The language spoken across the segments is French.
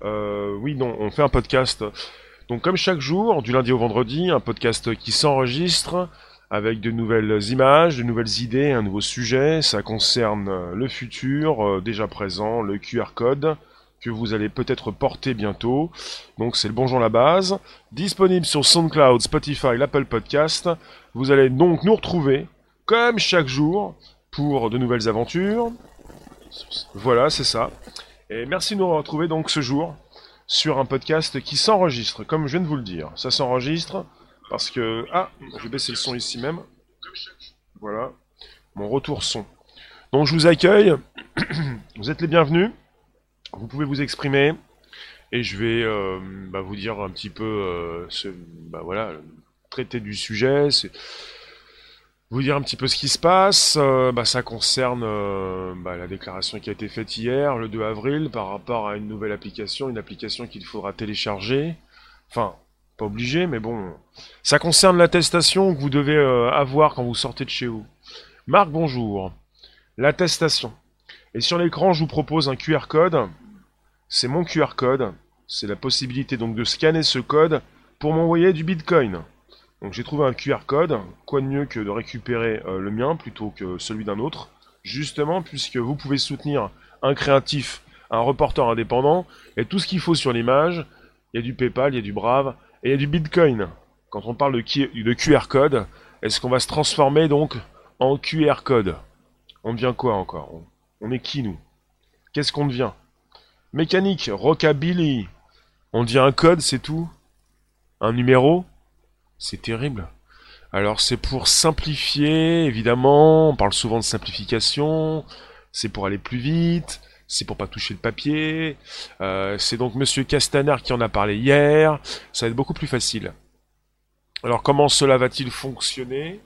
Oui, non, on fait un podcast. Donc comme chaque jour, du lundi au vendredi, un podcast qui s'enregistre avec de nouvelles images, de nouvelles idées, un nouveau sujet. Ça concerne le futur, déjà présent, le QR code que vous allez peut-être porter bientôt. Donc c'est le Bonjour la base, disponible sur SoundCloud, Spotify, l'Apple Podcast. Vous allez donc nous retrouver, comme chaque jour, pour de nouvelles aventures. Voilà, c'est ça. Et merci de nous retrouver donc ce jour sur un podcast qui s'enregistre, comme je viens de vous le dire. Ça s'enregistre parce que... Ah, je vais baisser le son ici même. Voilà, mon retour son. Donc je vous accueille, vous êtes les bienvenus, vous pouvez vous exprimer, et je vais vous dire un petit peu, voilà, traiter du sujet, vous dire un petit peu ce qui se passe. Ça concerne la déclaration qui a été faite hier, le 2 avril, par rapport à une nouvelle application, une application qu'il faudra télécharger. Enfin, pas obligé, mais bon. Ça concerne l'attestation que vous devez avoir quand vous sortez de chez vous. Marc, bonjour. L'attestation. Et sur l'écran, je vous propose un QR code. C'est mon QR code. C'est la possibilité donc de scanner ce code pour m'envoyer du Bitcoin. Donc j'ai trouvé un QR code, quoi de mieux que de récupérer le mien plutôt que celui d'un autre, justement puisque vous pouvez soutenir un créatif, un reporter indépendant, et tout ce qu'il faut sur l'image, il y a du PayPal, il y a du Brave, et il y a du Bitcoin. Quand on parle de QR code, est-ce qu'on va se transformer donc en QR code? On devient quoi encore? On est qui nous? Qu'est-ce qu'on devient? Mécanique, rockabilly, on devient un code, c'est tout? Un numéro? C'est terrible. Alors c'est pour simplifier, évidemment, on parle souvent de simplification, c'est pour aller plus vite, c'est pour pas toucher le papier, c'est donc Monsieur Castaner qui en a parlé hier, ça va être beaucoup plus facile. Alors comment cela va-t-il fonctionner?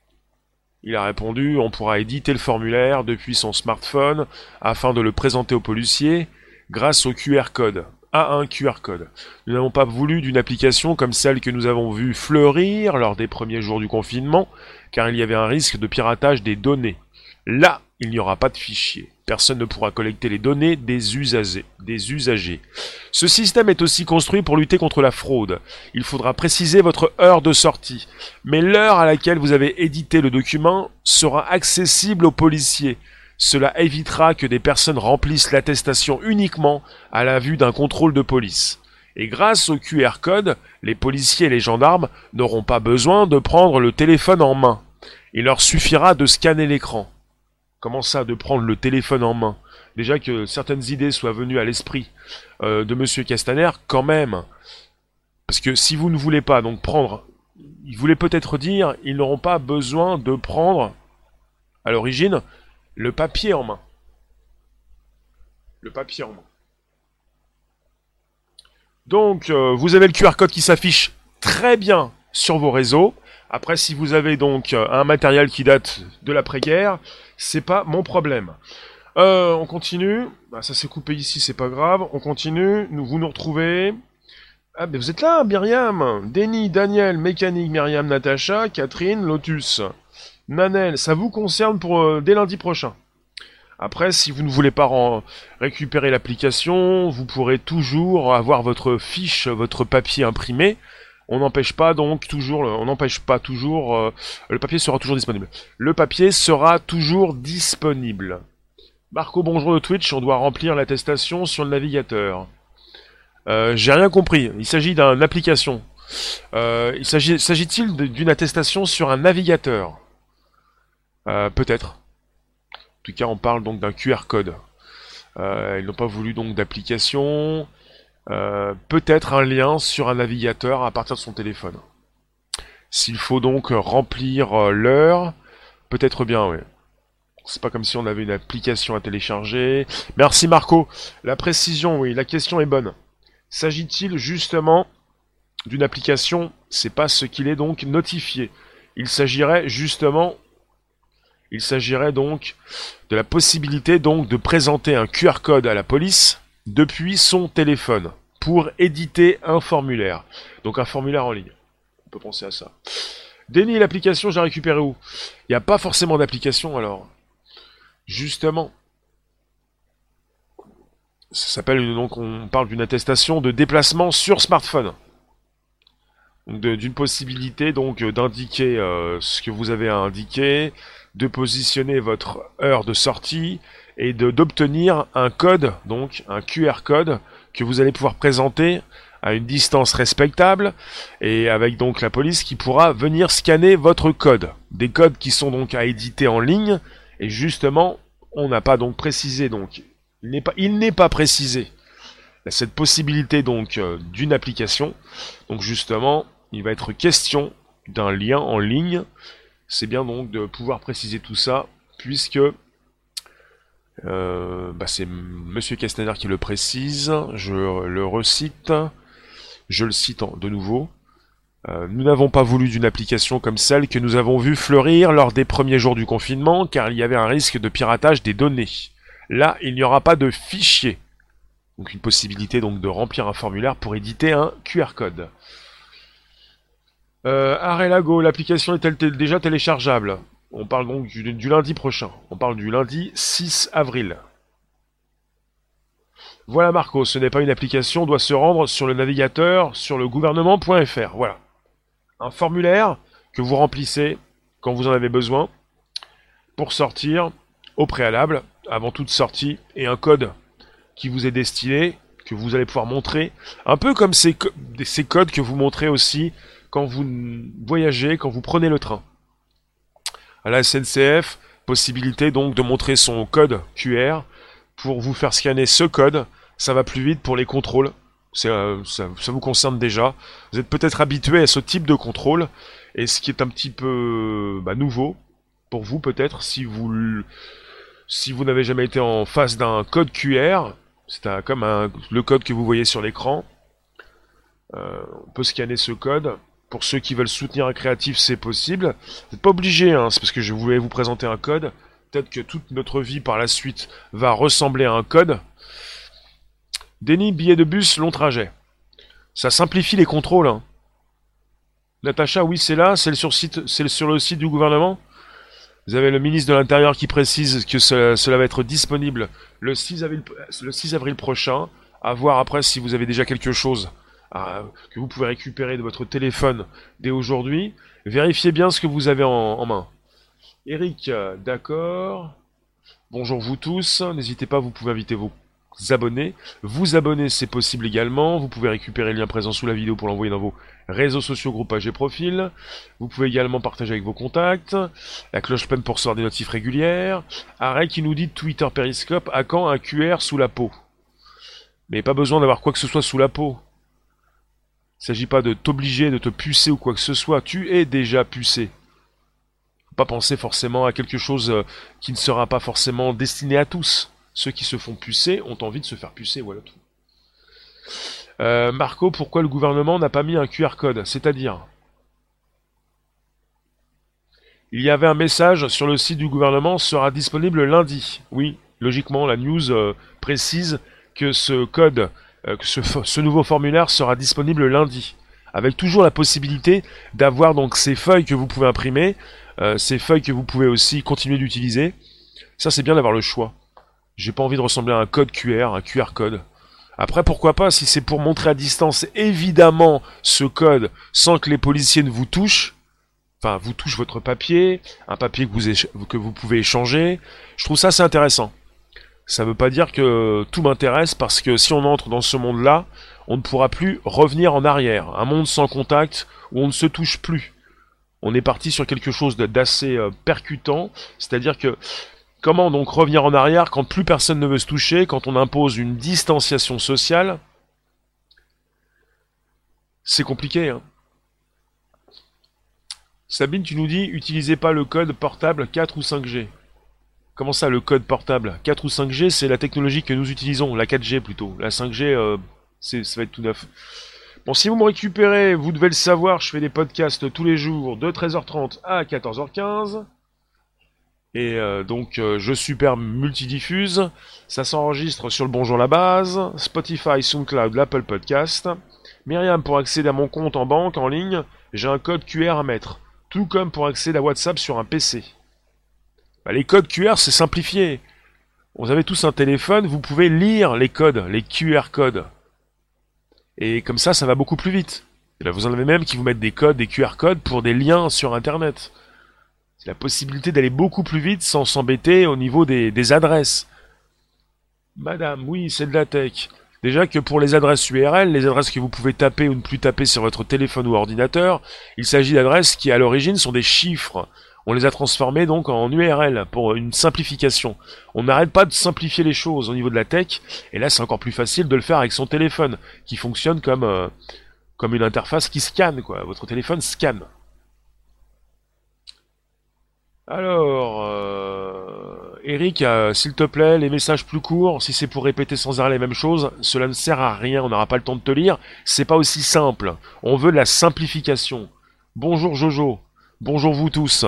Il a répondu, on pourra éditer le formulaire depuis son smartphone afin de le présenter au policier grâce au QR code. À un QR code. Nous n'avons pas voulu d'une application comme celle que nous avons vue fleurir lors des premiers jours du confinement, car il y avait un risque de piratage des données. Là, il n'y aura pas de fichier. Personne ne pourra collecter les données des usagers. Ce système est aussi construit pour lutter contre la fraude. Il faudra préciser votre heure de sortie. Mais l'heure à laquelle vous avez édité le document sera accessible aux policiers. Cela évitera que des personnes remplissent l'attestation uniquement à la vue d'un contrôle de police. Et grâce au QR code, les policiers et les gendarmes n'auront pas besoin de prendre le téléphone en main. Il leur suffira de scanner l'écran. Comment ça, de prendre le téléphone en main? Déjà que certaines idées soient venues à l'esprit de Monsieur Castaner, quand même. Parce que si vous ne voulez pas donc prendre... Il voulait peut-être dire, ils n'auront pas besoin de prendre, à l'origine, le papier en main. Le papier en main. Donc, vous avez le QR code qui s'affiche très bien sur vos réseaux. Après, si vous avez donc un matériel qui date de l'après-guerre, c'est pas mon problème. On continue. Ça s'est coupé ici, c'est pas grave. On continue. Vous nous retrouvez. Ah, mais vous êtes là, Myriam, Denis, Daniel, Mécanique, Myriam, Natacha, Catherine, Lotus. Nanel, ça vous concerne pour dès lundi prochain. Après, si vous ne voulez pas récupérer l'application, vous pourrez toujours avoir votre fiche, votre papier imprimé. On n'empêche pas toujours, le papier sera toujours disponible. Le papier sera toujours disponible. Marco, bonjour de Twitch, on doit remplir l'attestation sur le navigateur. J'ai rien compris, il s'agit d'une application. S'agit-il d'une attestation sur un navigateur? Peut-être. En tout cas, on parle donc d'un QR code. Ils n'ont pas voulu donc d'application. Peut-être un lien sur un navigateur à partir de son téléphone. S'il faut donc remplir l'heure, peut-être bien, oui. C'est pas comme si on avait une application à télécharger. Merci Marco. La précision, oui, la question est bonne. S'agit-il justement d'une application? C'est pas ce qu'il est donc notifié. Il s'agirait donc de la possibilité donc de présenter un QR code à la police depuis son téléphone pour éditer un formulaire. Donc un formulaire en ligne. On peut penser à ça. Denis, l'application, je l'ai récupérée où? Il n'y a pas forcément d'application alors. Justement. Ça s'appelle donc, on parle d'une attestation de déplacement sur smartphone. Donc d'une possibilité donc d'indiquer ce que vous avez à indiquer, de positionner votre heure de sortie et d'obtenir un code, donc un QR code que vous allez pouvoir présenter à une distance respectable et avec donc la police qui pourra venir scanner votre code. Des codes qui sont donc à éditer en ligne et justement on n'a pas donc précisé donc il n'est pas précisé cette possibilité donc d'une application. Donc justement, il va être question d'un lien en ligne. C'est bien donc de pouvoir préciser tout ça, puisque c'est Monsieur Castaner qui le précise. Je le recite. Je le cite de nouveau. Nous n'avons pas voulu d'une application comme celle que nous avons vue fleurir lors des premiers jours du confinement, car il y avait un risque de piratage des données. Là, il n'y aura pas de fichier. Donc une possibilité donc de remplir un formulaire pour éditer un QR code. Arelago, l'application est-elle déjà téléchargeable? On parle donc du lundi prochain. On parle du lundi 6 avril. Voilà Marco, ce n'est pas une application, on doit se rendre sur le navigateur, sur le gouvernement.fr. Voilà. Un formulaire que vous remplissez quand vous en avez besoin pour sortir au préalable, avant toute sortie, et un code qui vous est destiné, que vous allez pouvoir montrer, un peu comme ces codes que vous montrez aussi quand vous voyagez, quand vous prenez le train. À la SNCF, possibilité donc de montrer son code QR pour vous faire scanner ce code. Ça va plus vite pour les contrôles. Ça vous concerne déjà. Vous êtes peut-être habitué à ce type de contrôle. Et ce qui est un petit peu nouveau pour vous peut-être, si vous n'avez jamais été en face d'un code QR, c'est comme le code que vous voyez sur l'écran. On peut scanner ce code. Pour ceux qui veulent soutenir un créatif, c'est possible. Vous n'êtes pas obligé, c'est parce que je voulais vous présenter un code. Peut-être que toute notre vie par la suite va ressembler à un code. Denis, billet de bus, long trajet. Ça simplifie les contrôles. Natacha, oui, c'est là, c'est sur le site du gouvernement. Vous avez le ministre de l'Intérieur qui précise que cela va être disponible le 6 avril prochain. À voir après si vous avez déjà quelque chose que vous pouvez récupérer de votre téléphone dès aujourd'hui. Vérifiez bien ce que vous avez en main. Eric, d'accord. Bonjour vous tous. N'hésitez pas, vous pouvez inviter vos abonnés. Vous abonner, c'est possible également. Vous pouvez récupérer le lien présent sous la vidéo pour l'envoyer dans vos réseaux sociaux, groupes, pages et profils. Vous pouvez également partager avec vos contacts. La cloche pleine pour recevoir des notifs régulières. Arrêt qui nous dit Twitter Periscope, à quand un QR sous la peau? Mais pas besoin d'avoir quoi que ce soit sous la peau. Il ne s'agit pas de t'obliger, de te pucer ou quoi que ce soit. Tu es déjà pucé. Faut pas penser forcément à quelque chose qui ne sera pas forcément destiné à tous. Ceux qui se font pucer ont envie de se faire pucer, voilà tout. Marco, pourquoi le gouvernement n'a pas mis un QR code? C'est-à-dire, il y avait un message sur le site du gouvernement, sera disponible lundi. Oui, logiquement, la news précise que ce code, ce nouveau formulaire sera disponible lundi. Avec toujours la possibilité d'avoir donc ces feuilles que vous pouvez imprimer, ces feuilles que vous pouvez aussi continuer d'utiliser. Ça, c'est bien d'avoir le choix. J'ai pas envie de ressembler à un code QR, un QR code. Après, pourquoi pas, si c'est pour montrer à distance, évidemment, ce code, sans que les policiers ne vous touchent, enfin, vous touchent votre papier, un papier que vous pouvez échanger, je trouve ça assez intéressant. Ça veut pas dire que tout m'intéresse, parce que si on entre dans ce monde-là, on ne pourra plus revenir en arrière. Un monde sans contact, où on ne se touche plus. On est parti sur quelque chose d'assez percutant, c'est-à-dire que comment donc revenir en arrière quand plus personne ne veut se toucher, quand on impose une distanciation sociale? C'est compliqué, Sabine, tu nous dis, utilisez pas le code portable 4 ou 5G. Comment ça, le code portable 4 ou 5G, c'est la technologie que nous utilisons, la 4G plutôt. La 5G, ça va être tout neuf. Bon, si vous me récupérez, vous devez le savoir, je fais des podcasts tous les jours de 13h30 à 14h15. Et donc je super multidiffuse, ça s'enregistre sur le Bonjour la base, Spotify, SoundCloud, l'Apple Podcast. Myriam, pour accéder à mon compte en banque en ligne, j'ai un code QR à mettre, tout comme pour accéder à WhatsApp sur un PC. Les codes QR, c'est simplifié. Vous avez tous un téléphone, vous pouvez lire les codes, les QR codes. Et comme ça va beaucoup plus vite. Et là, vous en avez même qui vous mettent des codes, des QR codes pour des liens sur Internet. C'est la possibilité d'aller beaucoup plus vite sans s'embêter au niveau des adresses. Madame, oui, c'est de la tech. Déjà que pour les adresses URL, les adresses que vous pouvez taper ou ne plus taper sur votre téléphone ou ordinateur, il s'agit d'adresses qui à l'origine sont des chiffres. On les a transformées donc en URL pour une simplification. On n'arrête pas de simplifier les choses au niveau de la tech, et là c'est encore plus facile de le faire avec son téléphone, qui fonctionne comme une interface qui scanne, quoi. Votre téléphone scanne. Alors, Eric, s'il te plaît, les messages plus courts, si c'est pour répéter sans arrêt les mêmes choses, cela ne sert à rien, on n'aura pas le temps de te lire, c'est pas aussi simple. On veut de la simplification. Bonjour Jojo, bonjour vous tous.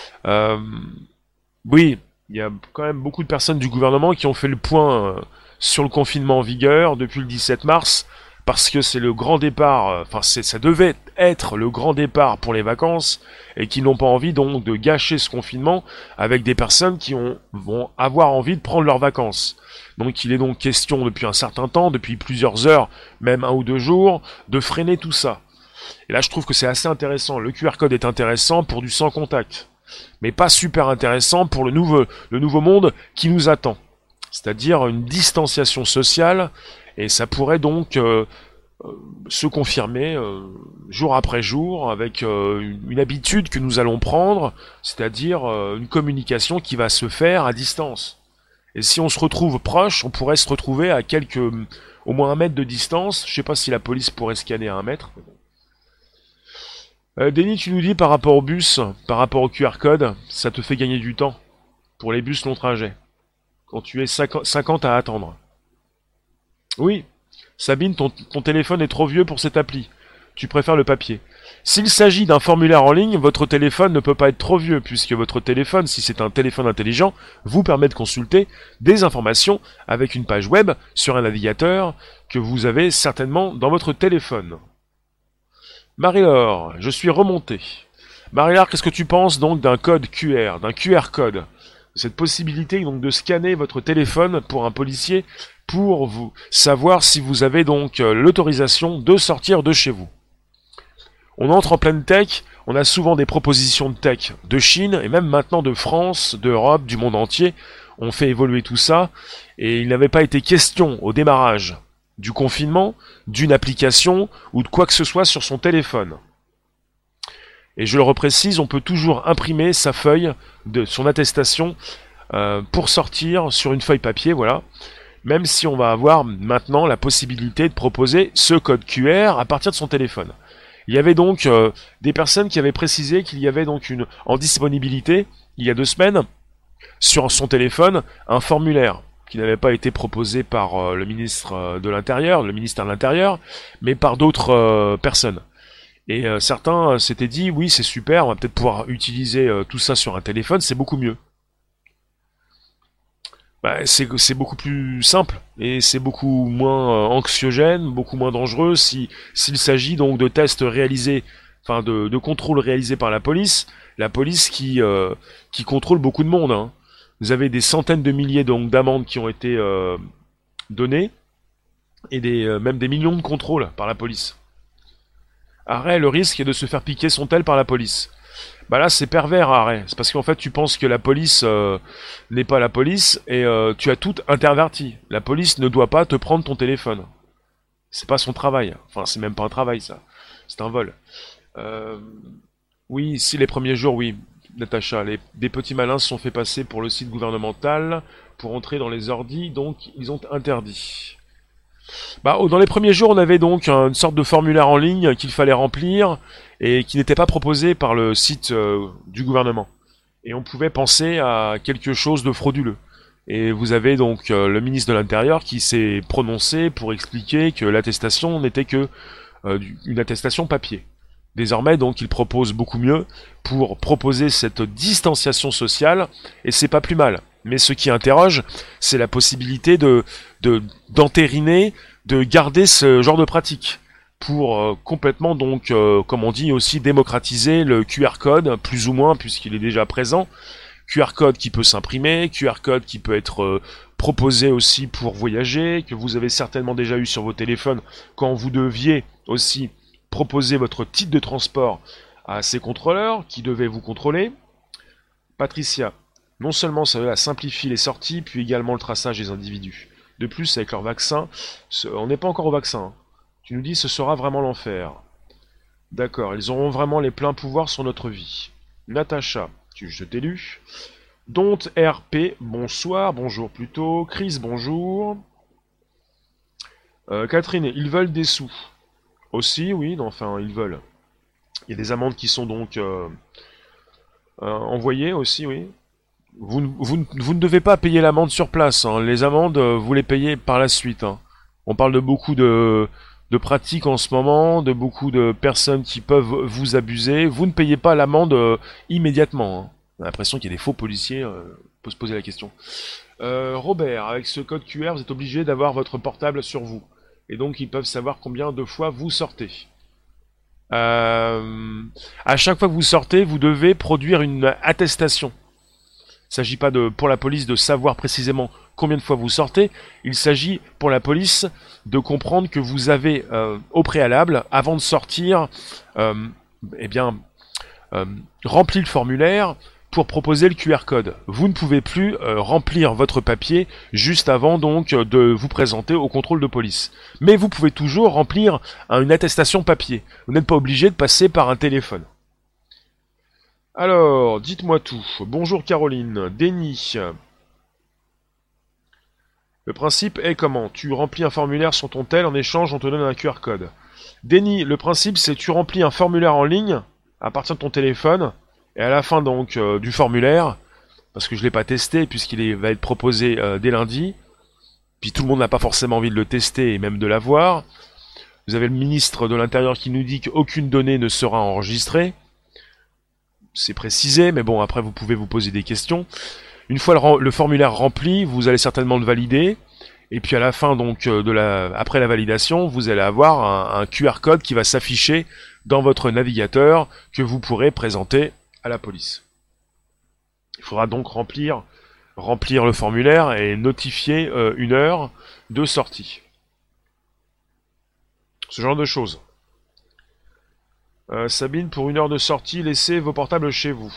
Oui, il y a quand même beaucoup de personnes du gouvernement qui ont fait le point sur le confinement en vigueur depuis le 17 mars, parce que c'est le grand départ, ça devait être le grand départ pour les vacances, et qui n'ont pas envie donc de gâcher ce confinement avec des personnes qui vont avoir envie de prendre leurs vacances. Donc il est donc question depuis un certain temps, depuis plusieurs heures, même 1 ou 2 jours, de freiner tout ça. Et là je trouve que c'est assez intéressant, le QR code est intéressant pour du sans contact, mais pas super intéressant pour le nouveau monde qui nous attend. C'est-à-dire une distanciation sociale, et ça pourrait donc se confirmer jour après jour avec une habitude que nous allons prendre, c'est-à-dire une communication qui va se faire à distance. Et si on se retrouve proche, on pourrait se retrouver à au moins 1 mètre de distance. Je sais pas si la police pourrait scanner à 1 mètre. Denis, tu nous dis par rapport au bus, par rapport au QR code, ça te fait gagner du temps pour les bus long trajet, quand tu es 50 à attendre. Oui, Sabine, ton téléphone est trop vieux pour cette appli. Tu préfères le papier. S'il s'agit d'un formulaire en ligne, votre téléphone ne peut pas être trop vieux, puisque votre téléphone, si c'est un téléphone intelligent, vous permet de consulter des informations avec une page web sur un navigateur que vous avez certainement dans votre téléphone. Marie-Laure, je suis remonté. Marie-Laure, qu'est-ce que tu penses donc d'un code QR, d'un QR code? Cette possibilité donc de scanner votre téléphone pour un policier pour vous savoir si vous avez donc l'autorisation de sortir de chez vous. On entre en pleine tech, on a souvent des propositions de tech de Chine et même maintenant de France, d'Europe, du monde entier. On fait évoluer tout ça et il n'avait pas été question au démarrage du confinement d'une application ou de quoi que ce soit sur son téléphone. Et je le reprécise, on peut toujours imprimer sa feuille de son attestation pour sortir sur une feuille papier, voilà. Même si on va avoir maintenant la possibilité de proposer ce code QR à partir de son téléphone. Il y avait donc des personnes qui avaient précisé qu'il y avait donc en disponibilité, il y a 2 semaines, sur son téléphone, un formulaire qui n'avait pas été proposé par le ministre de l'Intérieur, le ministère de l'Intérieur, mais par d'autres personnes. Et certains s'étaient dit, oui c'est super, on va peut-être pouvoir utiliser tout ça sur un téléphone, c'est beaucoup mieux. C'est beaucoup plus simple et c'est beaucoup moins anxiogène, beaucoup moins dangereux s'il s'agit donc de tests réalisés, enfin de contrôles réalisés par la police qui contrôle beaucoup de monde. Hein. Vous avez des centaines de milliers donc d'amendes qui ont été données et même des millions de contrôles par la police. Arrêt, le risque est de se faire piquer son tel par la police. Bah là c'est pervers Arrêt, c'est parce qu'en fait tu penses que la police n'est pas la police et tu as tout interverti. La police ne doit pas te prendre ton téléphone. C'est pas son travail, enfin c'est même pas un travail ça, c'est un vol. Oui, si les premiers jours, oui, Natacha, des petits malins se sont fait passer pour le site gouvernemental pour entrer dans les ordis, donc ils ont interdit. Dans les premiers jours, on avait donc une sorte de formulaire en ligne qu'il fallait remplir et qui n'était pas proposé par le site du gouvernement. Et on pouvait penser à quelque chose de frauduleux. Et vous avez donc le ministre de l'Intérieur qui s'est prononcé pour expliquer que l'attestation n'était que une attestation papier. Désormais, donc, il propose beaucoup mieux pour proposer cette distanciation sociale, et c'est pas plus mal. Mais ce qui interroge, c'est la possibilité d'entériner, de garder ce genre de pratique pour complètement, donc, comme on dit aussi, démocratiser le QR code, plus ou moins, puisqu'il est déjà présent, QR code qui peut s'imprimer, QR code qui peut être proposé aussi pour voyager, que vous avez certainement déjà eu sur vos téléphones quand vous deviez aussi proposer votre titre de transport à ces contrôleurs qui devaient vous contrôler. Patricia, non seulement ça simplifie les sorties, puis également le traçage des individus. De plus, avec leur vaccin, on n'est pas encore au vaccin. Hein. Tu nous dis ce sera vraiment l'enfer. D'accord, ils auront vraiment les pleins pouvoirs sur notre vie. Natacha, je t'ai lu. Dont RP, bonsoir, bonjour plutôt. Chris, bonjour. Catherine, ils veulent des sous. Aussi, oui, non, enfin, ils veulent. Il y a des amendes qui sont donc envoyées aussi, oui. Vous ne devez pas payer l'amende sur place. Hein. Les amendes, vous les payez par la suite. Hein. On parle de beaucoup de pratiques en ce moment, de beaucoup de personnes qui peuvent vous abuser. Vous ne payez pas l'amende immédiatement. Hein. On a l'impression qu'il y a des faux policiers. On peut se poser la question. Robert, avec ce code QR, vous êtes obligé d'avoir votre portable sur vous. Et donc, ils peuvent savoir combien de fois vous sortez. À chaque fois que vous sortez, vous devez produire une attestation. Il ne s'agit pas pour la police de savoir précisément combien de fois vous sortez, il s'agit pour la police de comprendre que vous avez au préalable, avant de sortir, rempli le formulaire pour proposer le QR code. Vous ne pouvez plus remplir votre papier juste avant donc de vous présenter au contrôle de police. Mais vous pouvez toujours remplir une attestation papier. Vous n'êtes pas obligé de passer par un téléphone. Alors, dites-moi tout. Bonjour Caroline. Denis. Le principe est comment? Tu remplis un formulaire sur ton tel, en échange on te donne un QR code. Denis, le principe c'est tu remplis un formulaire en ligne à partir de ton téléphone, et à la fin donc du formulaire, parce que je ne l'ai pas testé puisqu'il va être proposé dès lundi, puis tout le monde n'a pas forcément envie de le tester et même de l'avoir. Vous avez le ministre de l'Intérieur qui nous dit qu'aucune donnée ne sera enregistrée. C'est précisé, mais bon, après vous pouvez vous poser des questions. Une fois le formulaire rempli, vous allez certainement le valider, et puis à la fin donc après la validation, vous allez avoir un QR code qui va s'afficher dans votre navigateur que vous pourrez présenter à la police. Il faudra donc remplir le formulaire et notifier une heure de sortie. Ce genre de choses. Sabine, pour une heure de sortie, laissez vos portables chez vous.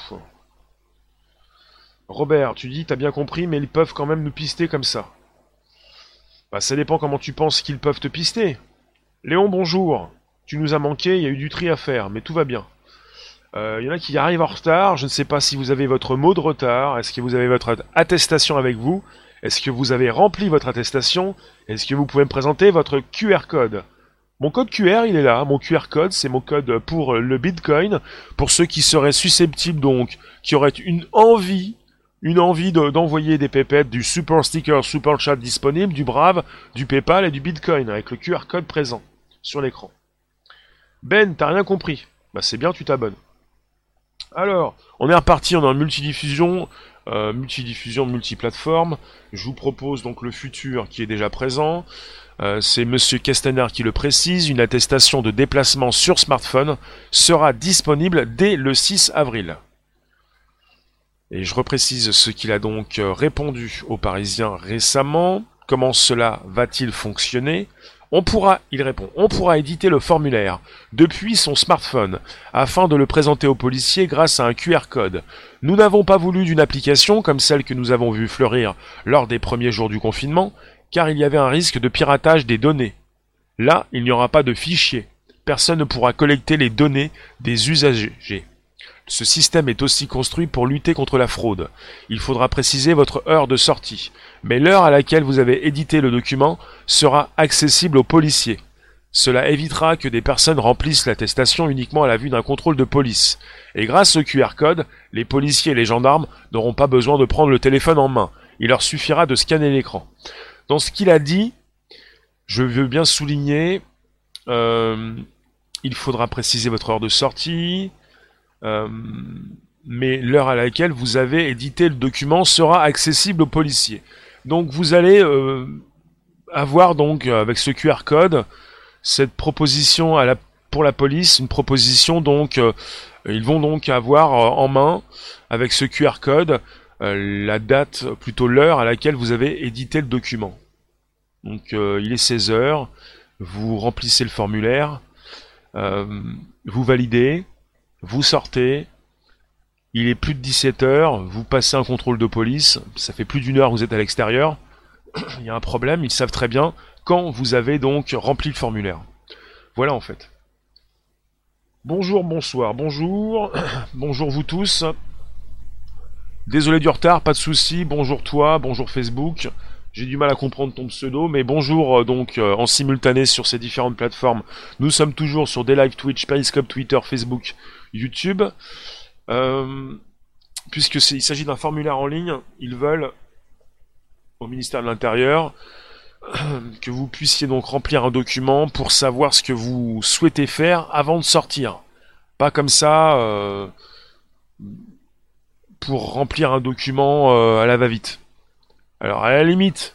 Robert, tu dis, t'as bien compris, mais ils peuvent quand même nous pister comme ça. Bah, ça dépend comment tu penses qu'ils peuvent te pister. Léon, bonjour. Tu nous as manqué, il y a eu du tri à faire, mais tout va bien. Il y en a qui arrivent en retard, je ne sais pas si vous avez votre mot de retard, est-ce que vous avez votre attestation avec vous, est-ce que vous avez rempli votre attestation, est-ce que vous pouvez me présenter votre QR code? Mon code QR, il est là. Mon QR code, c'est mon code pour le Bitcoin. Pour ceux qui seraient susceptibles, donc, qui auraient une envie d'envoyer des pépettes, du Super Sticker, Super Chat disponible, du Brave, du PayPal et du Bitcoin, avec le QR code présent sur l'écran. Ben, t'as rien compris. Bah c'est bien, tu t'abonnes. Alors, on est reparti, on est en multidiffusion, multiplateforme. Je vous propose donc le futur qui est déjà présent. C'est Monsieur Castaner qui le précise, une attestation de déplacement sur smartphone sera disponible dès le 6 avril. Et je reprécise ce qu'il a donc répondu aux Parisiens récemment. Comment cela va-t-il fonctionner? Il répond, on pourra éditer le formulaire depuis son smartphone afin de le présenter aux policiers grâce à un QR code. Nous n'avons pas voulu d'une application comme celle que nous avons vu fleurir lors des premiers jours du confinement, car il y avait un risque de piratage des données. Là, il n'y aura pas de fichier. Personne ne pourra collecter les données des usagers. Ce système est aussi construit pour lutter contre la fraude. Il faudra préciser votre heure de sortie, mais l'heure à laquelle vous avez édité le document sera accessible aux policiers. Cela évitera que des personnes remplissent l'attestation uniquement à la vue d'un contrôle de police. Et grâce au QR code, les policiers et les gendarmes n'auront pas besoin de prendre le téléphone en main. Il leur suffira de scanner l'écran. Dans ce qu'il a dit, je veux bien souligner, il faudra préciser votre heure de sortie, mais l'heure à laquelle vous avez édité le document sera accessible aux policiers. Donc vous allez avoir donc avec ce QR code cette proposition pour la police, une proposition donc ils vont donc avoir en main avec ce QR code la date, plutôt l'heure à laquelle vous avez édité le document. Donc il est 16 heures, vous remplissez le formulaire, vous validez, vous sortez, il est plus de 17 heures, vous passez un contrôle de police, ça fait plus d'1 heure que vous êtes à l'extérieur, il y a un problème, ils savent très bien quand vous avez donc rempli le formulaire. Voilà en fait. Bonjour, bonsoir, bonjour, bonjour vous tous. Désolé du retard, pas de souci. Bonjour toi, bonjour Facebook. J'ai du mal à comprendre ton pseudo, mais bonjour en simultané sur ces différentes plateformes. Nous sommes toujours sur des live Twitch, Periscope, Twitter, Facebook, YouTube. Puisque il s'agit d'un formulaire en ligne, ils veulent, au ministère de l'Intérieur, que vous puissiez donc remplir un document pour savoir ce que vous souhaitez faire avant de sortir. Pas comme ça, pour remplir un document à la va-vite. Alors à la limite,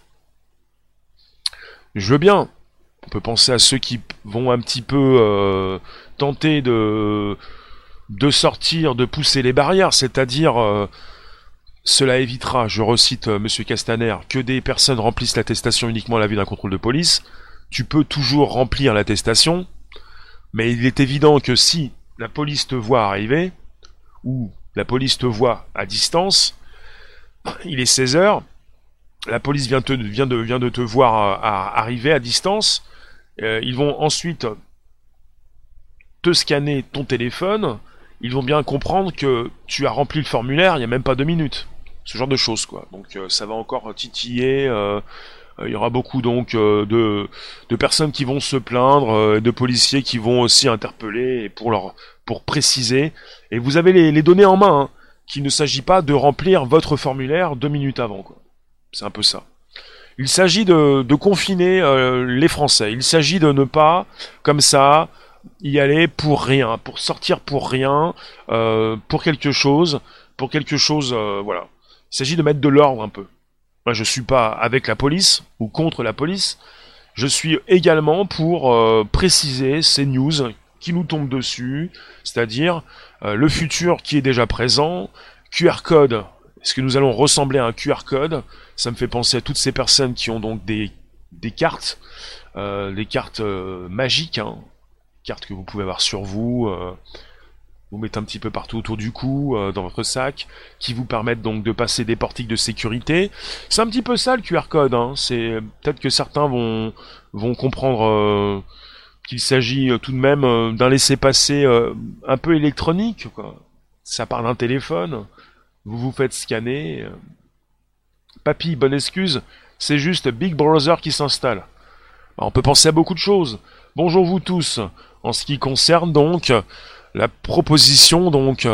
je veux bien. On peut penser à ceux qui vont un petit peu tenter de sortir, de pousser les barrières, c'est-à-dire cela évitera, je recite Monsieur Castaner, que des personnes remplissent l'attestation uniquement à la vue d'un contrôle de police. Tu peux toujours remplir l'attestation, mais il est évident que si la police te voit arriver, ou la police te voit à distance, il est 16 heures, la police vient de te voir arriver à distance, ils vont ensuite te scanner ton téléphone, ils vont bien comprendre que tu as rempli le formulaire il n'y a même pas 2 minutes. Ce genre de choses, quoi. Donc ça va encore titiller, il y aura beaucoup donc de personnes qui vont se plaindre, de policiers qui vont aussi interpeller pour préciser. Et vous avez les données en main, hein, qu'il ne s'agit pas de remplir votre formulaire 2 minutes avant, quoi. C'est un peu ça. Il s'agit de confiner les Français. Il s'agit de ne pas, comme ça, y aller pour rien, pour sortir pour rien, pour quelque chose, voilà. Il s'agit de mettre de l'ordre un peu. Moi, je suis pas avec la police ou contre la police. Je suis également pour préciser ces news qui nous tombent dessus, c'est-à-dire le futur qui est déjà présent, QR code. Est-ce que nous allons ressembler à un QR code? Ça me fait penser à toutes ces personnes qui ont donc des cartes, magiques, hein, cartes que vous pouvez avoir sur vous. Vous mettez un petit peu partout autour du cou, dans votre sac, qui vous permettent donc de passer des portiques de sécurité. C'est un petit peu ça le QR code, hein. C'est peut-être que certains vont comprendre qu'il s'agit tout de même d'un laissez-passer un peu électronique, quoi. Ça part d'un téléphone, vous vous faites scanner. Papy, bonne excuse, c'est juste Big Brother qui s'installe. Alors, on peut penser à beaucoup de choses. Bonjour vous tous. En ce qui concerne donc la proposition donc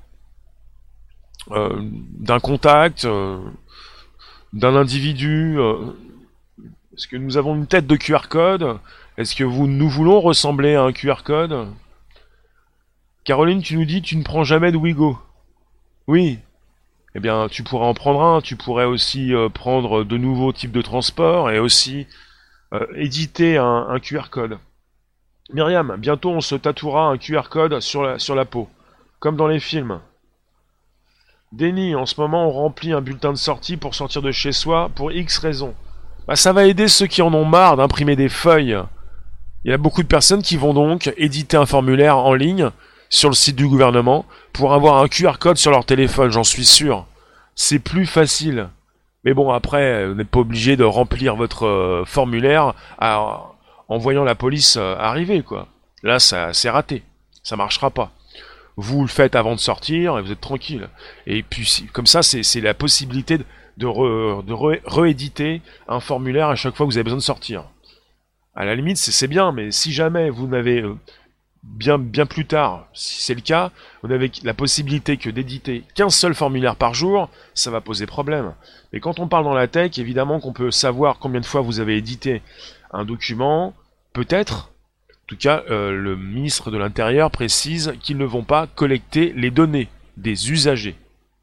d'un contact, d'un individu. Est-ce que nous avons une tête de QR code? Est-ce que nous voulons ressembler à un QR code? Caroline, tu nous dis tu ne prends jamais de Wigo. Oui. Eh bien, tu pourrais en prendre un. Tu pourrais aussi prendre de nouveaux types de transports et aussi éditer un QR code. Myriam, bientôt on se tatouera un QR code sur la peau, comme dans les films. Denis, en ce moment on remplit un bulletin de sortie pour sortir de chez soi pour X raisons. Bah, ça va aider ceux qui en ont marre d'imprimer des feuilles. Il y a beaucoup de personnes qui vont donc éditer un formulaire en ligne sur le site du gouvernement pour avoir un QR code sur leur téléphone, j'en suis sûr. C'est plus facile. Mais bon, après, vous n'êtes pas obligé de remplir votre formulaire en voyant la police arriver, quoi. Là, c'est raté. Ça marchera pas. Vous le faites avant de sortir et vous êtes tranquille. Et puis, comme ça, c'est la possibilité de rééditer un formulaire à chaque fois que vous avez besoin de sortir. À la limite, c'est bien, mais si jamais vous n'avez bien plus tard, si c'est le cas, vous n'avez la possibilité que d'éditer qu'un seul formulaire par jour, ça va poser problème. Mais quand on parle dans la tech, évidemment qu'on peut savoir combien de fois vous avez édité un document, peut-être. En tout cas, le ministre de l'Intérieur précise qu'ils ne vont pas collecter les données des usagers.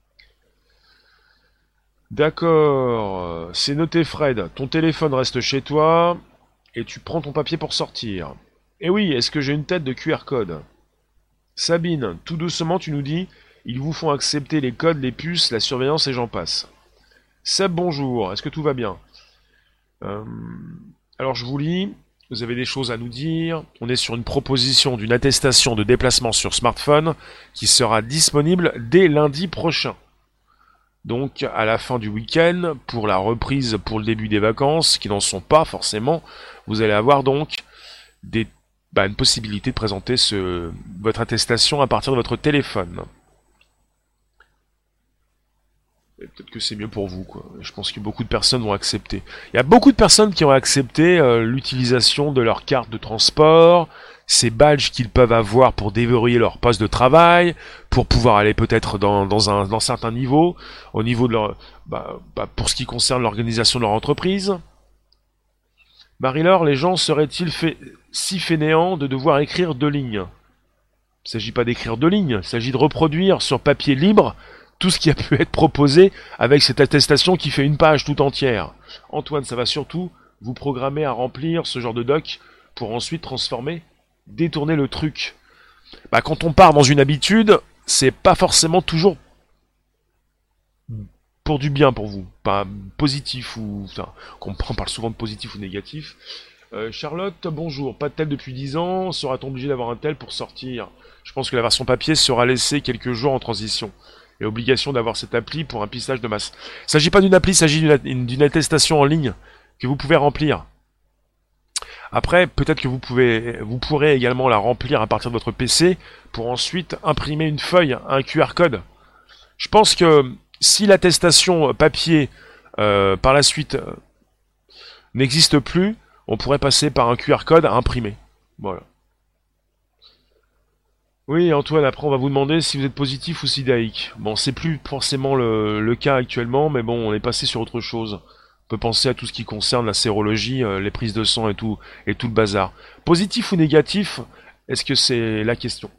D'accord, c'est noté Fred, ton téléphone reste chez toi et tu prends ton papier pour sortir. Eh oui, est-ce que j'ai une tête de QR code? Sabine, tout doucement tu nous dis, Ils vous font accepter les codes, les puces, la surveillance et j'en passe. Seb, bonjour, est-ce que tout va bien? Alors je vous lis, vous avez des choses à nous dire. On est sur une proposition d'une attestation de déplacement sur smartphone qui sera disponible dès lundi prochain. Donc à la fin du week-end, pour la reprise, pour le début des vacances, qui n'en sont pas forcément, vous allez avoir donc une possibilité de présenter votre attestation à partir de votre téléphone. Et peut-être que c'est mieux pour vous, quoi. Je pense que beaucoup de personnes vont accepter. Il y a beaucoup de personnes qui ont accepté l'utilisation de leur carte de transport, ces badges qu'ils peuvent avoir pour déverrouiller leur poste de travail, pour pouvoir aller peut-être dans certains niveaux, au niveau de leur, pour ce qui concerne l'organisation de leur entreprise. Marie-Laure, les gens seraient-ils si fainéants de devoir écrire 2 lignes? Il ne s'agit pas d'écrire 2 lignes, il s'agit de reproduire sur papier libre tout ce qui a pu être proposé avec cette attestation qui fait une page tout entière. Antoine, ça va surtout vous programmer à remplir ce genre de doc pour ensuite détourner le truc. Quand on part dans une habitude, c'est pas forcément toujours pour du bien pour vous, pas positif ou... on parle souvent de positif ou négatif. Charlotte, bonjour, pas de tel depuis 10 ans, sera-t-on obligé d'avoir un tel pour sortir? Je pense que la version papier sera laissée quelques jours en transition. Et obligation d'avoir cette appli pour un pistage de masse. Il ne s'agit pas d'une appli, il s'agit d'une attestation en ligne que vous pouvez remplir. Après, peut-être que vous pourrez également la remplir à partir de votre PC pour ensuite imprimer une feuille, un QR code. Je pense que si l'attestation papier par la suite n'existe plus, on pourrait passer par un QR code à imprimer. Voilà. Oui, Antoine, après on va vous demander si vous êtes positif ou sidaïque. Bon, c'est plus forcément le cas actuellement, mais bon, on est passé sur autre chose. On peut penser à tout ce qui concerne la sérologie, les prises de sang et tout le bazar. Positif ou négatif, est-ce que c'est la question?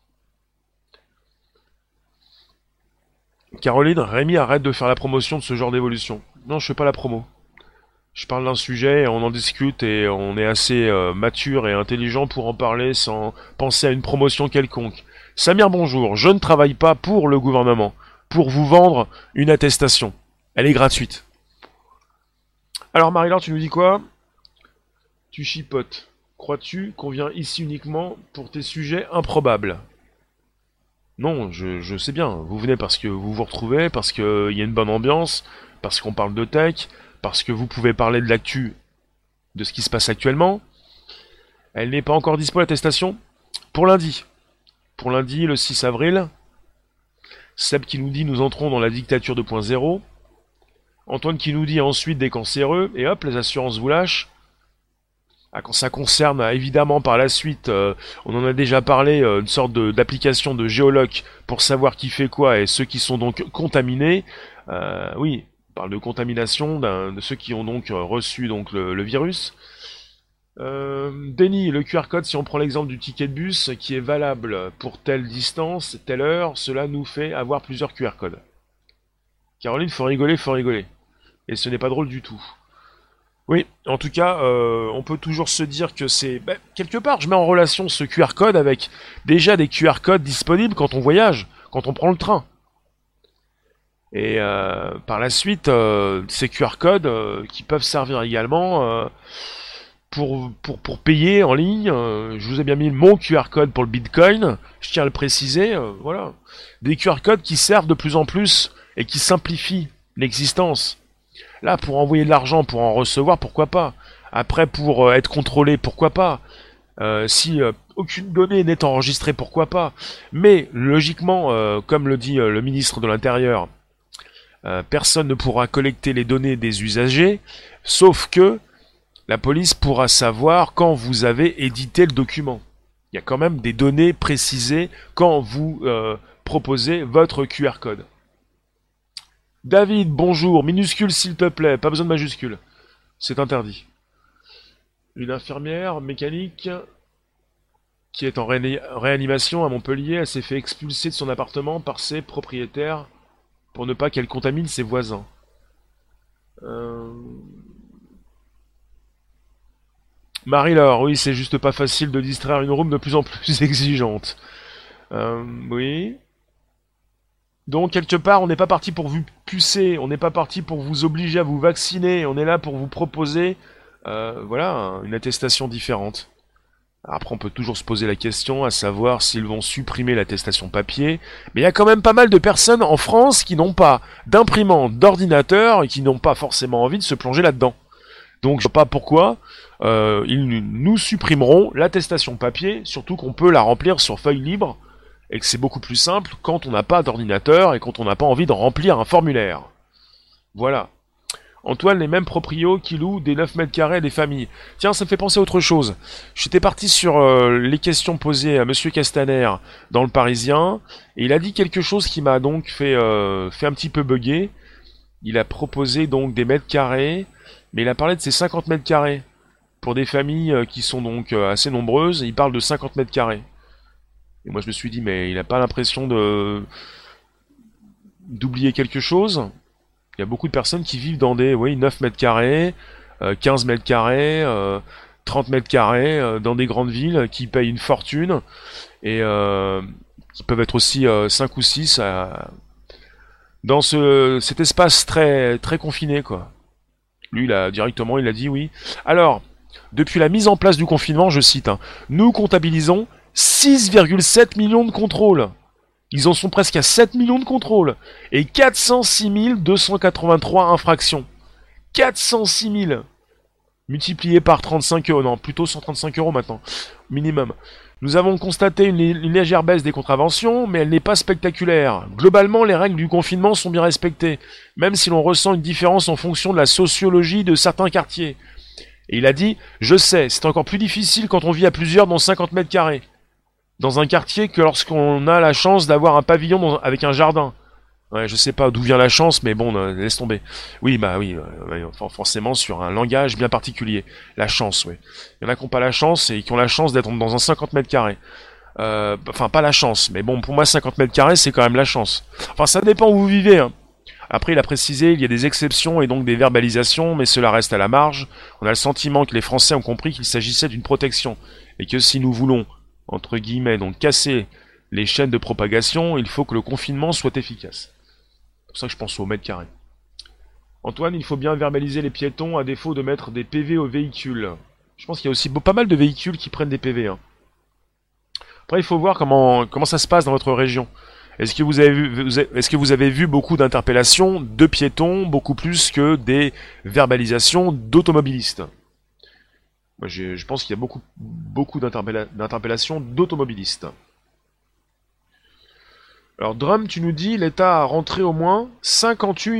Caroline, Rémi, arrête de faire la promotion de ce genre d'évolution. Non, je fais pas la promo. Je parle d'un sujet, on en discute et on est assez mature et intelligent pour en parler sans penser à une promotion quelconque. Samir, bonjour. Je ne travaille pas pour le gouvernement, pour vous vendre une attestation. Elle est gratuite. Alors Marie-Laure, tu nous dis quoi? Tu chipotes. Crois-tu qu'on vient ici uniquement pour tes sujets improbables? Non, je sais bien. Vous venez parce que vous vous retrouvez, parce qu'il y a une bonne ambiance, parce qu'on parle de tech, parce que vous pouvez parler de l'actu, de ce qui se passe actuellement. Elle n'est pas encore dispo l'attestation? Pour lundi. Pour lundi, le 6 avril. Seb qui nous dit nous entrons dans la dictature 2.0. Antoine qui nous dit ensuite des cancéreux. Et hop, les assurances vous lâchent. Quand ça concerne évidemment par la suite, on en a déjà parlé, une sorte d'application de géologue pour savoir qui fait quoi et ceux qui sont donc contaminés. Oui. Parle de contamination de ceux qui ont donc reçu donc le virus. Denis, le QR code, si on prend l'exemple du ticket de bus qui est valable pour telle distance, telle heure, cela nous fait avoir plusieurs QR codes. Caroline, faut rigoler. Et ce n'est pas drôle du tout. Oui, en tout cas, on peut toujours se dire que c'est... quelque part, je mets en relation ce QR code avec déjà des QR codes disponibles quand on voyage, quand on prend le train. Et par la suite, ces QR codes qui peuvent servir également pour payer en ligne. Je vous ai bien mis mon QR code pour le Bitcoin, je tiens à le préciser. Voilà. Des QR codes qui servent de plus en plus et qui simplifient l'existence. Là, pour envoyer de l'argent, pour en recevoir, pourquoi pas. Après, pour être contrôlé, pourquoi pas. Si aucune donnée n'est enregistrée, pourquoi pas. Mais logiquement, comme le dit le ministre de l'Intérieur, personne ne pourra collecter les données des usagers, sauf que la police pourra savoir quand vous avez édité le document. Il y a quand même des données précisées quand vous proposez votre QR code. David, bonjour, minuscule s'il te plaît, pas besoin de majuscule. C'est interdit. Une infirmière mécanique qui est en réanimation à Montpellier, elle s'est fait expulser de son appartement par ses propriétaires pour ne pas qu'elle contamine ses voisins. Marie-Laure, oui, c'est juste pas facile de distraire une room de plus en plus exigeante. Oui. Donc quelque part, on n'est pas parti pour vous pucer, on n'est pas parti pour vous obliger à vous vacciner, on est là pour vous proposer, voilà, une attestation différente. Après, on peut toujours se poser la question, à savoir s'ils vont supprimer l'attestation papier, mais il y a quand même pas mal de personnes en France qui n'ont pas d'imprimante, d'ordinateur, et qui n'ont pas forcément envie de se plonger là-dedans. Donc je ne sais pas pourquoi ils nous supprimeront l'attestation papier, surtout qu'on peut la remplir sur feuille libre, et que c'est beaucoup plus simple quand on n'a pas d'ordinateur et quand on n'a pas envie de remplir un formulaire. Voilà. Antoine, les mêmes proprios qui louent des 9 mètres carrés des familles. Tiens, ça me fait penser à autre chose. J'étais parti sur les questions posées à Monsieur Castaner dans le Parisien, et il a dit quelque chose qui m'a donc fait un petit peu bugger. Il a proposé donc des mètres carrés, mais il a parlé de ces 50 mètres carrés. Pour des familles qui sont donc assez nombreuses, il parle de 50 mètres carrés. Et moi je me suis dit, mais il n'a pas l'impression d'oublier quelque chose. Il y a beaucoup de personnes qui vivent dans des 9 mètres carrés, 15 mètres carrés, 30 mètres carrés, dans des grandes villes, qui payent une fortune, et qui peuvent être aussi 5 ou 6 dans cet espace très, très confiné, quoi. Lui, il a dit oui. Alors, depuis la mise en place du confinement, je cite, hein, nous comptabilisons 6,7 millions de contrôles. Ils en sont presque à 7 millions de contrôles. Et 406 283 infractions. 406 000 multiplié par 35 euros. Non, plutôt 135 euros maintenant. Minimum. Nous avons constaté une légère baisse des contraventions, mais elle n'est pas spectaculaire. Globalement, les règles du confinement sont bien respectées, même si l'on ressent une différence en fonction de la sociologie de certains quartiers. Et il a dit, je sais, c'est encore plus difficile quand on vit à plusieurs dans 50 mètres carrés. Dans un quartier que lorsqu'on a la chance d'avoir un pavillon avec un jardin. Ouais, je sais pas d'où vient la chance, mais bon, laisse tomber. Oui, forcément sur un langage bien particulier. La chance, oui. Il y en a qui n'ont pas la chance et qui ont la chance d'être dans un 50 mètres carrés. Enfin, pas la chance, mais bon, pour moi, 50 mètres carrés, c'est quand même la chance. Enfin, ça dépend où vous vivez, hein. Après, il a précisé, il y a des exceptions et donc des verbalisations, mais cela reste à la marge. On a le sentiment que les Français ont compris qu'il s'agissait d'une protection, et que si nous voulons entre guillemets, donc casser les chaînes de propagation, il faut que le confinement soit efficace. C'est pour ça que je pense au mètre carré. Antoine, il faut bien verbaliser les piétons à défaut de mettre des PV aux véhicules. Je pense qu'il y a aussi pas mal de véhicules qui prennent des PV. Hein. Après, il faut voir comment ça se passe dans votre région. Est-ce que vous avez vu beaucoup d'interpellations de piétons, beaucoup plus que des verbalisations d'automobilistes? Moi, je pense qu'il y a beaucoup d'interpellations d'automobilistes. Alors, Drum, tu nous dis, l'État a rentré au moins 58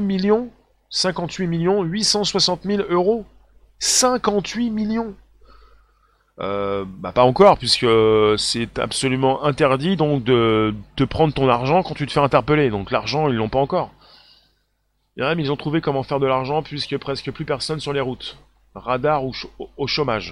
860 000 euros. 58 millions. Pas encore, puisque c'est absolument interdit donc de prendre ton argent quand tu te fais interpeller. Donc l'argent, ils l'ont pas encore. Et même, ils ont trouvé comment faire de l'argent, puisque presque plus personne sur les routes. Radar au chômage.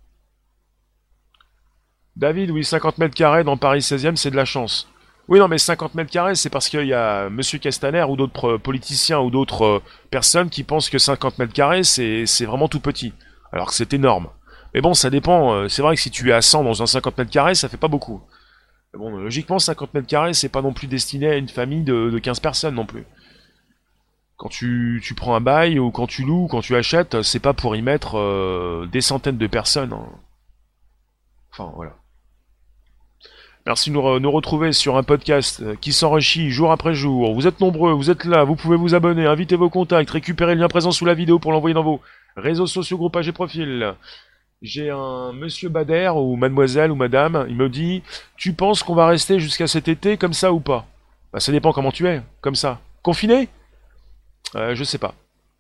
David, oui, 50 mètres carrés dans Paris 16e, c'est de la chance. Oui, non, mais 50 mètres carrés, c'est parce qu'il y a Monsieur Castaner ou d'autres politiciens ou d'autres personnes qui pensent que 50 mètres carrés, c'est vraiment tout petit. Alors que c'est énorme. Mais bon, ça dépend. C'est vrai que si tu es à 100 dans un 50 mètres carrés, ça fait pas beaucoup. Mais bon, logiquement, 50 mètres carrés, c'est pas non plus destiné à une famille de 15 personnes non plus. Quand tu prends un bail ou quand tu loues ou quand tu achètes, c'est pas pour y mettre des centaines de personnes. Hein. Enfin, voilà. Merci de nous retrouver sur un podcast qui s'enrichit jour après jour. Vous êtes nombreux, vous êtes là, vous pouvez vous abonner, inviter vos contacts, récupérer le lien présent sous la vidéo pour l'envoyer dans vos réseaux sociaux, groupages et profils. J'ai un monsieur Bader ou mademoiselle ou madame, il me dit « Tu penses qu'on va rester jusqu'à cet été comme ça ou pas ?» Bah ça dépend comment tu es, comme ça. Confiné ? Je sais pas.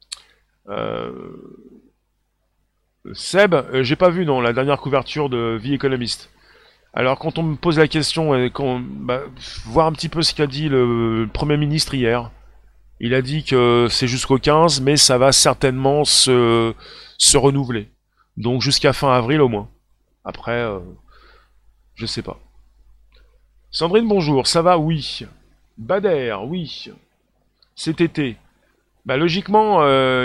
Seb, j'ai pas vu non la dernière couverture de Vie économiste. Alors quand on me pose la question, voir un petit peu ce qu'a dit le Premier ministre hier. Il a dit que c'est jusqu'au 15, mais ça va certainement se renouveler. Donc jusqu'à fin avril au moins. Après, je sais pas. Sandrine, bonjour, ça va? Oui. Bader, oui. Cet été. Logiquement,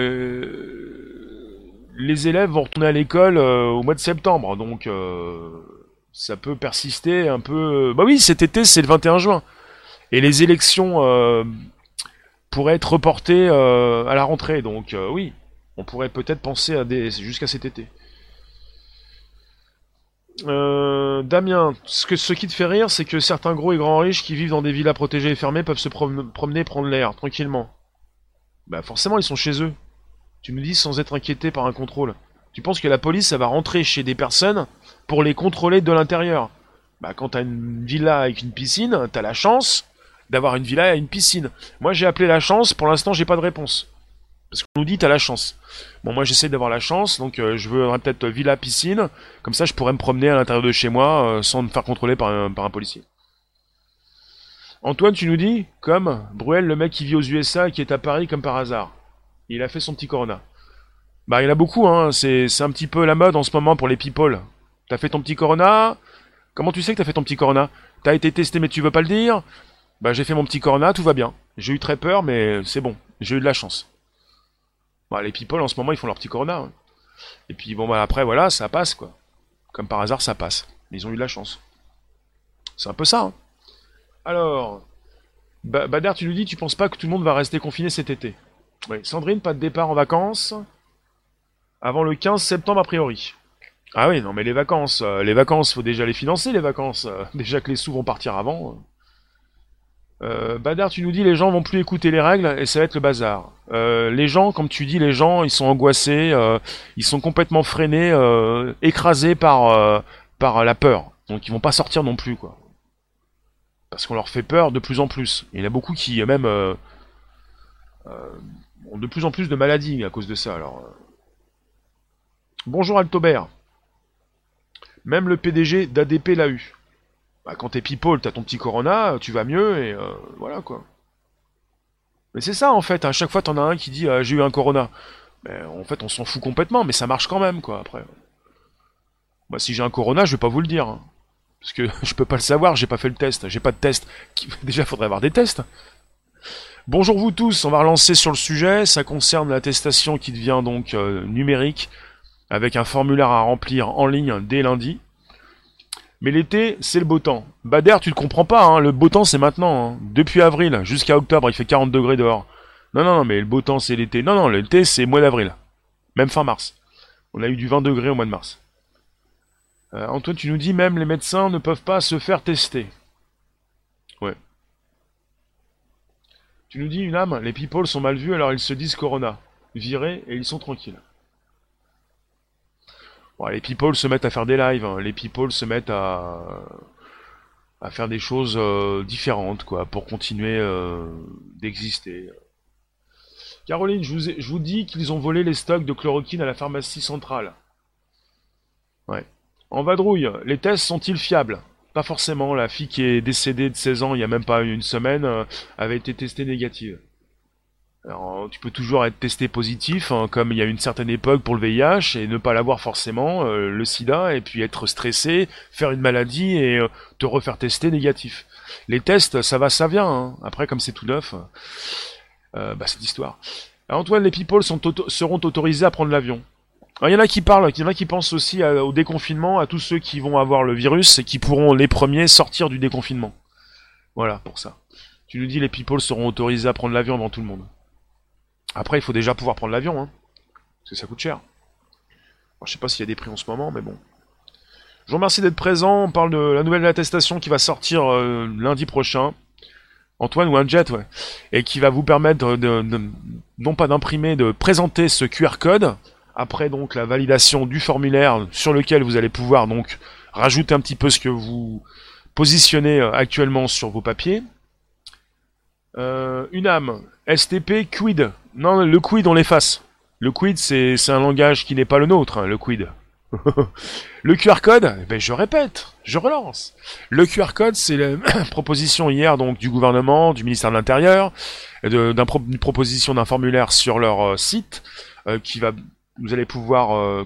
les élèves vont retourner à l'école au mois de septembre, donc ça peut persister un peu... Bah oui, cet été, c'est le 21 juin. Et les élections pourraient être reportées à la rentrée. Donc oui, on pourrait peut-être penser à des jusqu'à cet été. Damien, ce qui te fait rire, c'est que certains gros et grands riches qui vivent dans des villas protégées et fermées peuvent se promener, prendre l'air, tranquillement. Bah forcément, ils sont chez eux. Tu nous dis sans être inquiété par un contrôle. Tu penses que la police, ça va rentrer chez des personnes pour les contrôler de l'intérieur. Bah quand t'as une villa avec une piscine, t'as la chance d'avoir une villa et une piscine. Moi j'ai appelé la chance, pour l'instant j'ai pas de réponse. Parce qu'on nous dit t'as la chance. Bon moi j'essaie d'avoir la chance, donc je veux peut-être villa piscine, comme ça je pourrais me promener à l'intérieur de chez moi sans me faire contrôler par un policier. Antoine, tu nous dis, comme Bruel, le mec qui vit aux USA et qui est à Paris comme par hasard. Il a fait son petit corona. Bah il y en a beaucoup, hein, c'est un petit peu la mode en ce moment pour les people. T'as fait ton petit corona? Comment tu sais que t'as fait ton petit corona? T'as été testé mais tu veux pas le dire? Bah j'ai fait mon petit corona, tout va bien. J'ai eu très peur mais c'est bon, j'ai eu de la chance. Bah, les people en ce moment ils font leur petit corona. Hein. Et puis bon bah après voilà, ça passe quoi. Comme par hasard ça passe. Ils ont eu de la chance. C'est un peu ça. Hein. Alors, Bader, tu nous dis, tu penses pas que tout le monde va rester confiné cet été? Oui. Sandrine, pas de départ en vacances avant le 15 septembre a priori. Ah oui, non mais les vacances, faut déjà les financer les vacances. Déjà que les sous vont partir avant. Badar, tu nous dis les gens vont plus écouter les règles et ça va être le bazar. Les gens, comme tu dis, les gens, ils sont angoissés, ils sont complètement freinés, écrasés par la peur. Donc ils vont pas sortir non plus quoi. Parce qu'on leur fait peur de plus en plus. Il y en a beaucoup qui même ont de plus en plus de maladies à cause de ça. Alors bonjour Altobert. Même le PDG d'ADP l'a eu. Bah, quand t'es people, t'as ton petit corona, tu vas mieux et voilà quoi. Mais c'est ça en fait, à chaque fois t'en as un qui dit j'ai eu un corona. Mais en fait on s'en fout complètement, mais ça marche quand même quoi après. Moi si j'ai un corona, je vais pas vous le dire. Hein. Parce que je peux pas le savoir, j'ai pas fait le test, j'ai pas de test. Déjà faudrait avoir des tests. Bonjour vous tous, on va relancer sur le sujet, ça concerne l'attestation qui devient donc numérique, avec un formulaire à remplir en ligne dès lundi. Mais l'été, c'est le beau temps. Bader, tu ne comprends pas, hein, le beau temps c'est maintenant. Hein. Depuis avril jusqu'à octobre, il fait 40 degrés dehors. Non, non, non, mais le beau temps c'est l'été. Non, non, l'été c'est mois d'avril. Même fin mars. On a eu du 20 degrés au mois de mars. Antoine, tu nous dis même les médecins ne peuvent pas se faire tester. Ouais. Tu nous dis une âme, les people sont mal vus alors ils se disent Corona. Virés et ils sont tranquilles. Bon, les people se mettent à faire des lives, hein. Les people se mettent à faire des choses différentes, quoi, pour continuer d'exister. Caroline, je vous dis qu'ils ont volé les stocks de chloroquine à la pharmacie centrale. Ouais. En vadrouille, les tests sont-ils fiables? Pas forcément, la fille qui est décédée de 16 ans il y a même pas une semaine avait été testée négative. Alors, tu peux toujours être testé positif, hein, comme il y a une certaine époque pour le VIH, et ne pas l'avoir forcément, le sida, et puis être stressé, faire une maladie et te refaire tester négatif. Les tests, ça va, ça vient. Hein. Après, comme c'est tout neuf, bah c'est l'histoire. Antoine, les people seront autorisés à prendre l'avion. Il y en a qui parlent, il y en a qui pensent aussi au déconfinement, à tous ceux qui vont avoir le virus et qui pourront les premiers sortir du déconfinement. Voilà, pour ça. Tu nous dis les people seront autorisés à prendre l'avion avant tout le monde. Après, il faut déjà pouvoir prendre l'avion, hein, parce que ça coûte cher. Alors, je sais pas s'il y a des prix en ce moment, mais bon. Je vous remercie d'être présent. On parle de la nouvelle attestation qui va sortir lundi prochain. Antoine ou un jet, ouais. Et qui va vous permettre non pas d'imprimer, de présenter ce QR code. Après donc la validation du formulaire sur lequel vous allez pouvoir donc rajouter un petit peu ce que vous positionnez actuellement sur vos papiers. Une âme. STP quid. Non, le quid on l'efface. Le quid c'est un langage qui n'est pas le nôtre, hein, le quid. Le QR code, eh ben je répète, je relance. Le QR code, c'est la proposition hier donc du gouvernement, du ministère de l'Intérieur, d'une proposition d'un formulaire sur leur site qui va, vous allez pouvoir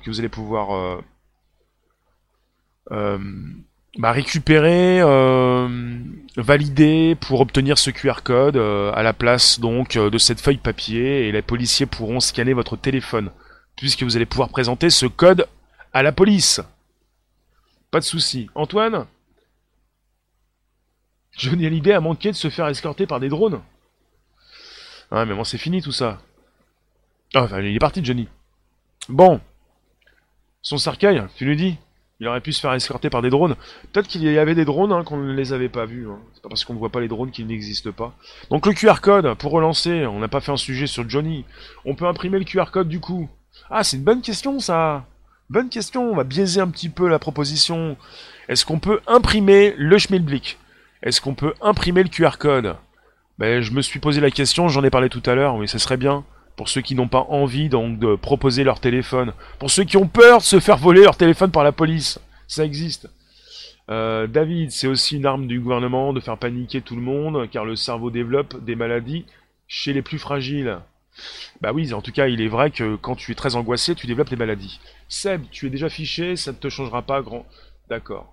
récupérer, valider pour obtenir ce QR code à la place donc de cette feuille papier et les policiers pourront scanner votre téléphone puisque vous allez pouvoir présenter ce code à la police. Pas de souci. Antoine, Johnny Hallyday a manqué de se faire escorter par des drones. Ouais, mais bon, c'est fini tout ça. Ah, enfin, il est parti, Johnny. Bon. Son cercueil, tu lui dis? Il aurait pu se faire escorter par des drones. Peut-être qu'il y avait des drones, hein, qu'on ne les avait pas vus. Hein. C'est pas parce qu'on ne voit pas les drones qu'ils n'existent pas. Donc le QR code, pour relancer, on n'a pas fait un sujet sur Johnny. On peut imprimer le QR code du coup. Ah, c'est une bonne question ça. Bonne question, on va biaiser un petit peu la proposition. Est-ce qu'on peut imprimer le schmilblick? Est-ce qu'on peut imprimer le QR code? Ben, je me suis posé la question, j'en ai parlé tout à l'heure, oui, ça serait bien. Pour ceux qui n'ont pas envie donc de proposer leur téléphone. Pour ceux qui ont peur de se faire voler leur téléphone par la police. Ça existe. David, c'est aussi une arme du gouvernement de faire paniquer tout le monde, car le cerveau développe des maladies chez les plus fragiles. Bah oui, en tout cas, il est vrai que quand tu es très angoissé, tu développes des maladies. Seb, tu es déjà fiché, ça ne te changera pas grand... D'accord.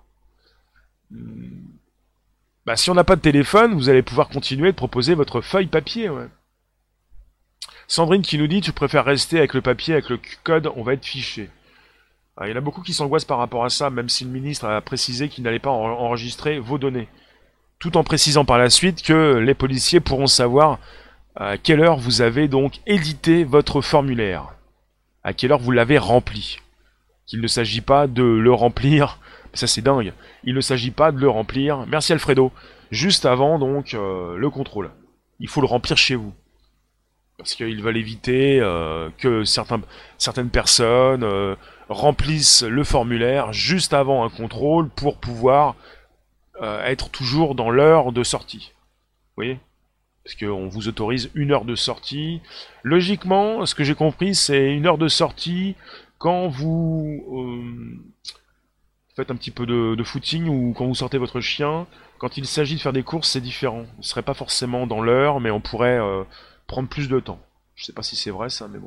Bah si on n'a pas de téléphone, vous allez pouvoir continuer de proposer votre feuille papier, ouais. Sandrine qui nous dit, tu préfères rester avec le papier, avec le code, on va être fiché. Il y en a beaucoup qui s'angoissent par rapport à ça, même si le ministre a précisé qu'il n'allait pas enregistrer vos données. Tout en précisant par la suite que les policiers pourront savoir à quelle heure vous avez donc édité votre formulaire. À quelle heure vous l'avez rempli. Qu'il ne s'agit pas de le remplir, ça c'est dingue, il ne s'agit pas de le remplir, merci Alfredo, juste avant donc le contrôle. Il faut le remplir chez vous. Parce qu'ils veulent éviter que certaines personnes remplissent le formulaire juste avant un contrôle pour pouvoir être toujours dans l'heure de sortie. Vous voyez? Parce qu'on vous autorise 1 heure de sortie. Logiquement, ce que j'ai compris, c'est 1 heure de sortie quand vous faites un petit peu de footing ou quand vous sortez votre chien. Quand il s'agit de faire des courses, c'est différent. On ne serait pas forcément dans l'heure, mais on pourrait... prendre plus de temps. Je sais pas si c'est vrai ça, mais bon.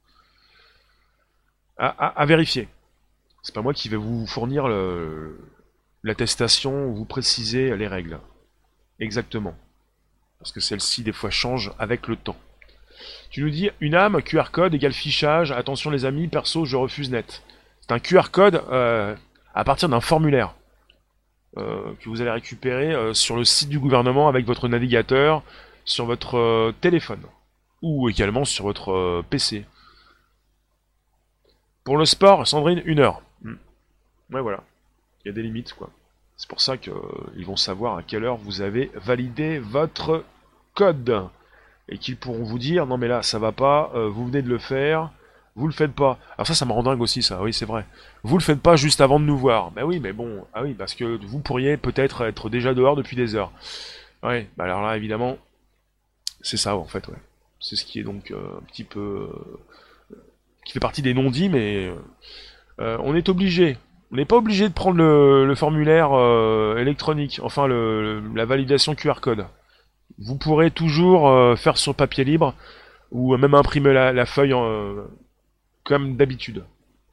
À vérifier. C'est pas moi qui vais vous fournir l'attestation ou vous préciser les règles. Exactement. Parce que celle-ci, des fois, change avec le temps. Tu nous dis, une âme, QR code égale fichage, attention les amis, perso, je refuse net. C'est un QR code à partir d'un formulaire que vous allez récupérer sur le site du gouvernement avec votre navigateur, sur votre téléphone, ou également sur votre PC. Pour le sport, Sandrine, 1 heure. Ouais, voilà. Il y a des limites, quoi. C'est pour ça qu'ils vont savoir à quelle heure vous avez validé votre code. Et qu'ils pourront vous dire, non mais là, ça va pas, vous venez de le faire, vous le faites pas. Alors ça me rend dingue aussi, ça, oui, c'est vrai. Vous le faites pas juste avant de nous voir. Ben oui, mais bon, ah oui, parce que vous pourriez peut-être être déjà dehors depuis des heures. Ouais, bah alors là, évidemment, c'est ça, en fait, ouais. C'est ce qui est donc un petit peu... qui fait partie des non-dits, mais on est obligé. On n'est pas obligé de prendre le formulaire électronique, enfin la validation QR code. Vous pourrez toujours faire sur papier libre, ou même imprimer la feuille comme d'habitude.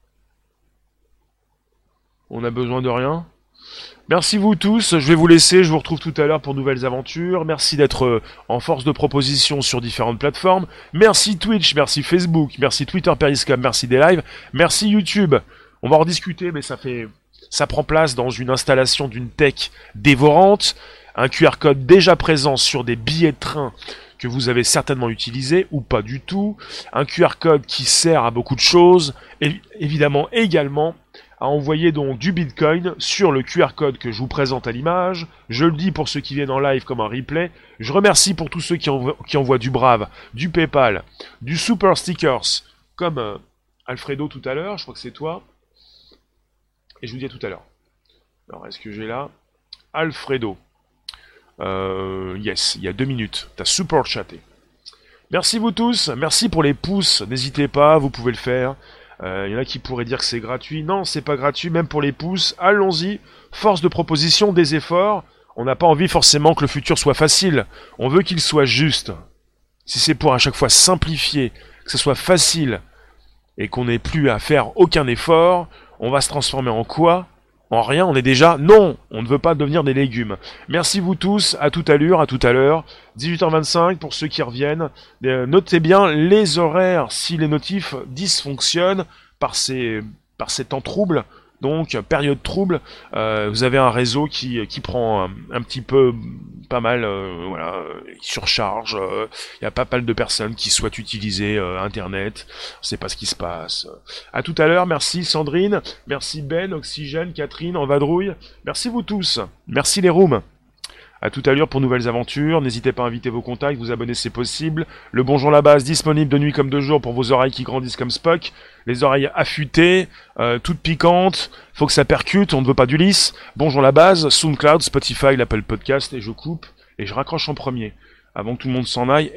On a besoin de rien. Merci vous tous, je vais vous laisser, je vous retrouve tout à l'heure pour de nouvelles aventures. Merci d'être en force de proposition sur différentes plateformes. Merci Twitch, merci Facebook, merci Twitter Periscope, merci des lives, merci YouTube. On va en discuter, mais ça prend place dans une installation d'une tech dévorante. Un QR code déjà présent sur des billets de train que vous avez certainement utilisé ou pas du tout. Un QR code qui sert à beaucoup de choses. Et évidemment également à envoyer donc du Bitcoin sur le QR code que je vous présente à l'image. Je le dis pour ceux qui viennent en live comme un replay. Je remercie pour tous ceux qui envoient du Brave, du PayPal, du Super Stickers, comme Alfredo tout à l'heure, je crois que c'est toi. Et je vous dis à tout à l'heure. Alors, est-ce que j'ai là Alfredo. Yes, il y a 2 minutes. T'as super chatté. Merci vous tous. Merci pour les pouces. N'hésitez pas, vous pouvez le faire. Il y en a qui pourraient dire que c'est gratuit. Non, c'est pas gratuit, même pour les pouces. Allons-y. Force de proposition, des efforts. On n'a pas envie forcément que le futur soit facile. On veut qu'il soit juste. Si c'est pour à chaque fois simplifier, que ce soit facile, et qu'on n'ait plus à faire aucun effort, on va se transformer en quoi? En rien, on est déjà... Non, on ne veut pas devenir des légumes. Merci vous tous, à toute allure, à tout à l'heure. 18h25 pour ceux qui reviennent. Notez bien les horaires si les notifs dysfonctionnent par ces temps troubles. Donc, période trouble, vous avez un réseau qui prend un petit peu pas mal, voilà, il surcharge, il y a pas mal de personnes qui souhaitent utiliser Internet, on sait pas ce qui se passe. À tout à l'heure, merci Sandrine, merci Ben, Oxygène, Catherine, Envadrouille, merci vous tous, merci les rooms. À tout à l'heure pour nouvelles aventures, n'hésitez pas à inviter vos contacts, vous abonner si c'est possible. Le Bonjour la base disponible de nuit comme de jour pour vos oreilles qui grandissent comme Spock. Les oreilles affûtées, toutes piquantes, faut que ça percute, on ne veut pas du lisse. Bonjour la base, SoundCloud, Spotify, l'Apple Podcast, et je coupe, et je raccroche en premier, avant que tout le monde s'en aille.